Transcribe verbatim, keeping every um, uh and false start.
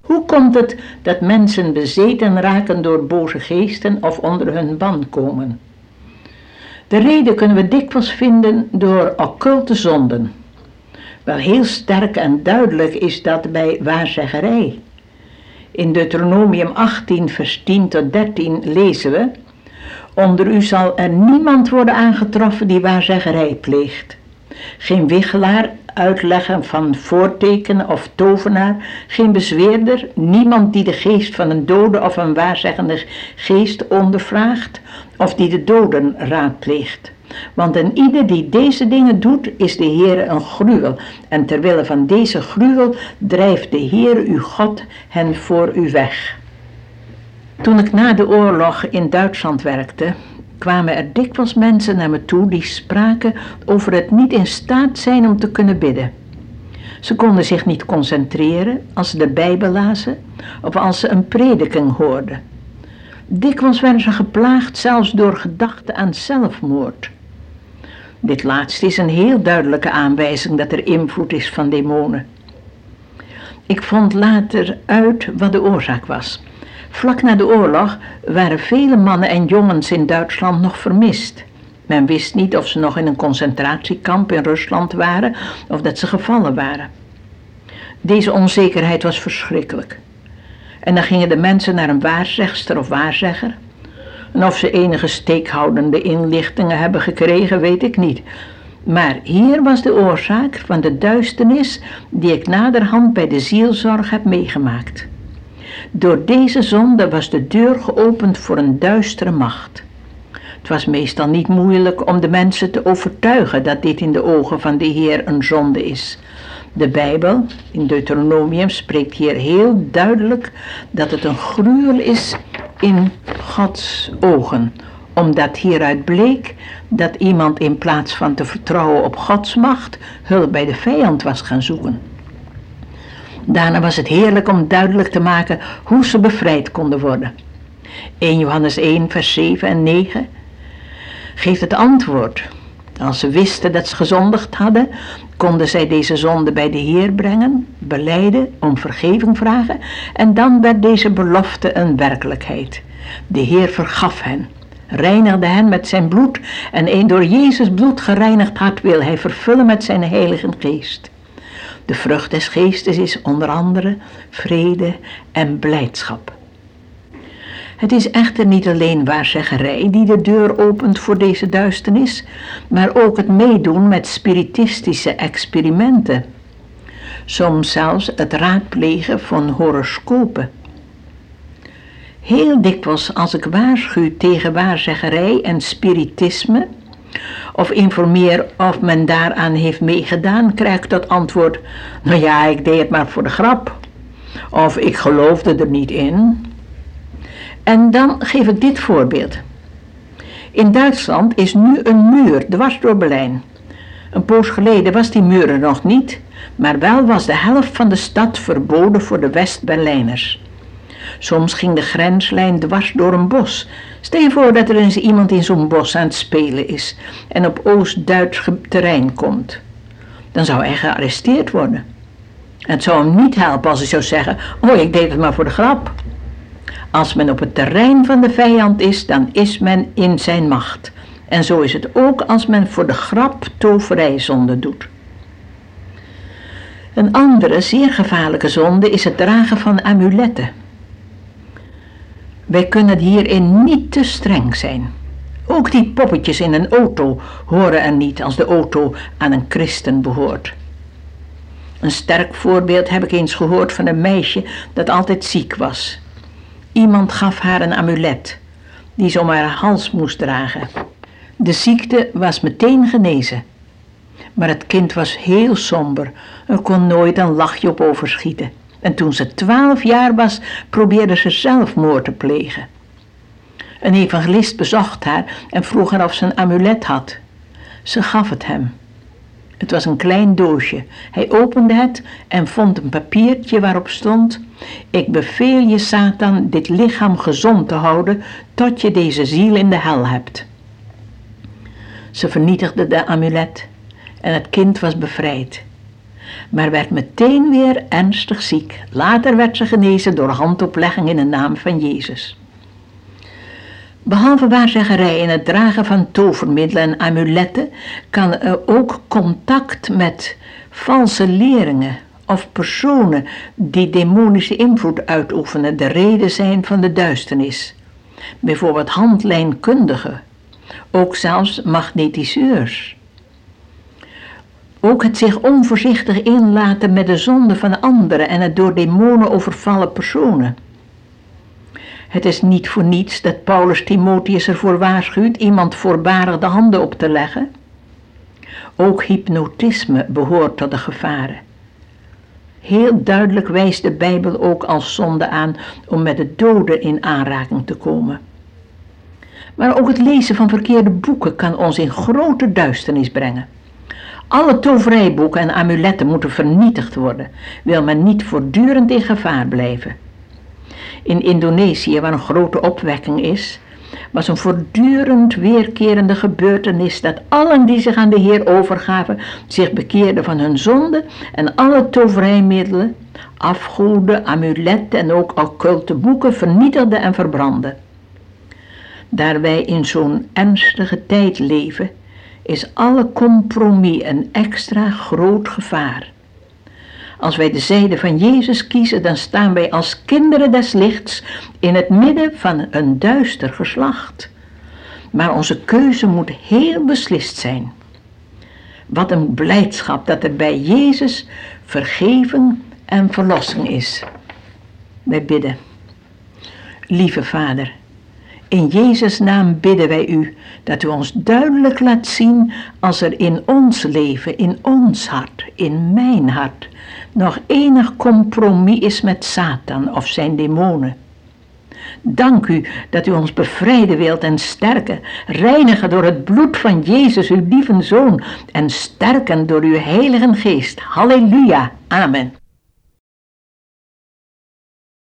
Hoe komt het dat mensen bezeten raken door boze geesten of onder hun ban komen? De reden kunnen we dikwijls vinden door occulte zonden. Wel heel sterk en duidelijk is dat bij waarzeggerij. In Deuteronomium achttien vers tien tot dertien lezen we: onder u zal er niemand worden aangetroffen die waarzeggerij pleegt. Geen wichelaar, uitlegger van voortekenen of tovenaar, geen bezweerder, niemand die de geest van een dode of een waarzeggende geest ondervraagt of die de doden raadpleegt. Want een ieder die deze dingen doet, is de Heere een gruwel. En terwille van deze gruwel drijft de Heere uw God hen voor u weg. Toen ik na de oorlog in Duitsland werkte, kwamen er dikwijls mensen naar me toe die spraken over het niet in staat zijn om te kunnen bidden. Ze konden zich niet concentreren als ze de Bijbel lazen of als ze een prediking hoorden. Dikwijls werden ze geplaagd zelfs door gedachten aan zelfmoord. Dit laatste is een heel duidelijke aanwijzing dat er invloed is van demonen. Ik vond later uit wat de oorzaak was. Vlak na de oorlog waren vele mannen en jongens in Duitsland nog vermist. Men wist niet of ze nog in een concentratiekamp in Rusland waren of dat ze gevallen waren. Deze onzekerheid was verschrikkelijk. En dan gingen de mensen naar een waarzegster of waarzegger. En of ze enige steekhoudende inlichtingen hebben gekregen, weet ik niet. Maar hier was de oorzaak van de duisternis die ik naderhand bij de zielzorg heb meegemaakt. Door deze zonde was de deur geopend voor een duistere macht. Het was meestal niet moeilijk om de mensen te overtuigen dat dit in de ogen van de Heer een zonde is. De Bijbel, in Deuteronomium, spreekt hier heel duidelijk dat het een gruwel is in Gods ogen. Omdat hieruit bleek dat iemand in plaats van te vertrouwen op Gods macht hulp bij de vijand was gaan zoeken. Daarna was het heerlijk om duidelijk te maken hoe ze bevrijd konden worden. Eerste Johannes één vers zeven en negen geeft het antwoord. Als ze wisten dat ze gezondigd hadden, konden zij deze zonde bij de Heer brengen, belijden, om vergeving vragen en dan werd deze belofte een werkelijkheid. De Heer vergaf hen, reinigde hen met zijn bloed en een door Jezus bloed gereinigd hart wil hij vervullen met zijn heilige geest. De vrucht des geestes is onder andere vrede en blijdschap. Het is echter niet alleen waarzeggerij die de deur opent voor deze duisternis, maar ook het meedoen met spiritistische experimenten. Soms zelfs het raadplegen van horoscopen. Heel dikwijls als ik waarschuw tegen waarzeggerij en spiritisme, of informeer of men daaraan heeft meegedaan, krijg ik tot antwoord: nou ja, ik deed het maar voor de grap. Of ik geloofde er niet in. En dan geef ik dit voorbeeld. In Duitsland is nu een muur dwars door Berlijn. Een poos geleden was die muur er nog niet, maar wel was de helft van de stad verboden voor de West-Berlijners. Soms ging de grenslijn dwars door een bos. Stel je voor dat er eens iemand in zo'n bos aan het spelen is en op Oost-Duits terrein komt. Dan zou hij gearresteerd worden. Het zou hem niet helpen als hij zou zeggen: oh, ik deed het maar voor de grap. Als men op het terrein van de vijand is, dan is men in zijn macht. En zo is het ook als men voor de grap toverijzonde doet. Een andere zeer gevaarlijke zonde is het dragen van amuletten. Wij kunnen hierin niet te streng zijn. Ook die poppetjes in een auto horen er niet als de auto aan een christen behoort. Een sterk voorbeeld heb ik eens gehoord van een meisje dat altijd ziek was. Iemand gaf haar een amulet, die ze om haar hals moest dragen. De ziekte was meteen genezen. Maar het kind was heel somber, er kon nooit een lachje op overschieten. En toen ze twaalf jaar was, probeerde ze zelfmoord te plegen. Een evangelist bezocht haar en vroeg haar of ze een amulet had. Ze gaf het hem. Het was een klein doosje. Hij opende het en vond een papiertje waarop stond: ik beveel je, Satan, dit lichaam gezond te houden tot je deze ziel in de hel hebt. Ze vernietigde de amulet en het kind was bevrijd. maar werd meteen weer ernstig ziek. Later werd ze genezen door handoplegging in de naam van Jezus. Behalve waarzeggerij en het dragen van tovermiddelen en amuletten kan er ook contact met valse leringen of personen die demonische invloed uitoefenen de reden zijn van de duisternis. Bijvoorbeeld handlijnkundigen, ook zelfs magnetiseurs. Ook het zich onvoorzichtig inlaten met de zonde van anderen en het door demonen overvallen personen. Het is niet voor niets dat Paulus Timotheus ervoor waarschuwt iemand voorbarig de handen op te leggen. Ook hypnotisme behoort tot de gevaren. Heel duidelijk wijst de Bijbel ook als zonde aan om met de doden in aanraking te komen. Maar ook het lezen van verkeerde boeken kan ons in grote duisternis brengen. Alle toverijboeken en amuletten moeten vernietigd worden, wil men niet voortdurend in gevaar blijven. In Indonesië, waar een grote opwekking is, was een voortdurend weerkerende gebeurtenis dat allen die zich aan de Heer overgaven, zich bekeerden van hun zonde en alle toverijmiddelen, afgoden, amuletten en ook occulte boeken vernietigden en verbrandden. Daar wij in zo'n ernstige tijd leven, is alle compromis een extra groot gevaar. Als wij de zijde van Jezus kiezen, dan staan wij als kinderen des lichts in het midden van een duister geslacht. Maar onze keuze moet heel beslist zijn. Wat een blijdschap dat er bij Jezus vergeving en verlossing is. Wij bidden. Lieve Vader, in Jezus' naam bidden wij u dat u ons duidelijk laat zien als er in ons leven, in ons hart, in mijn hart, nog enig compromis is met Satan of zijn demonen. Dank u dat u ons bevrijden wilt en sterken, reinigen door het bloed van Jezus, uw lieve Zoon, en sterken door uw Heilige Geest. Halleluja, amen.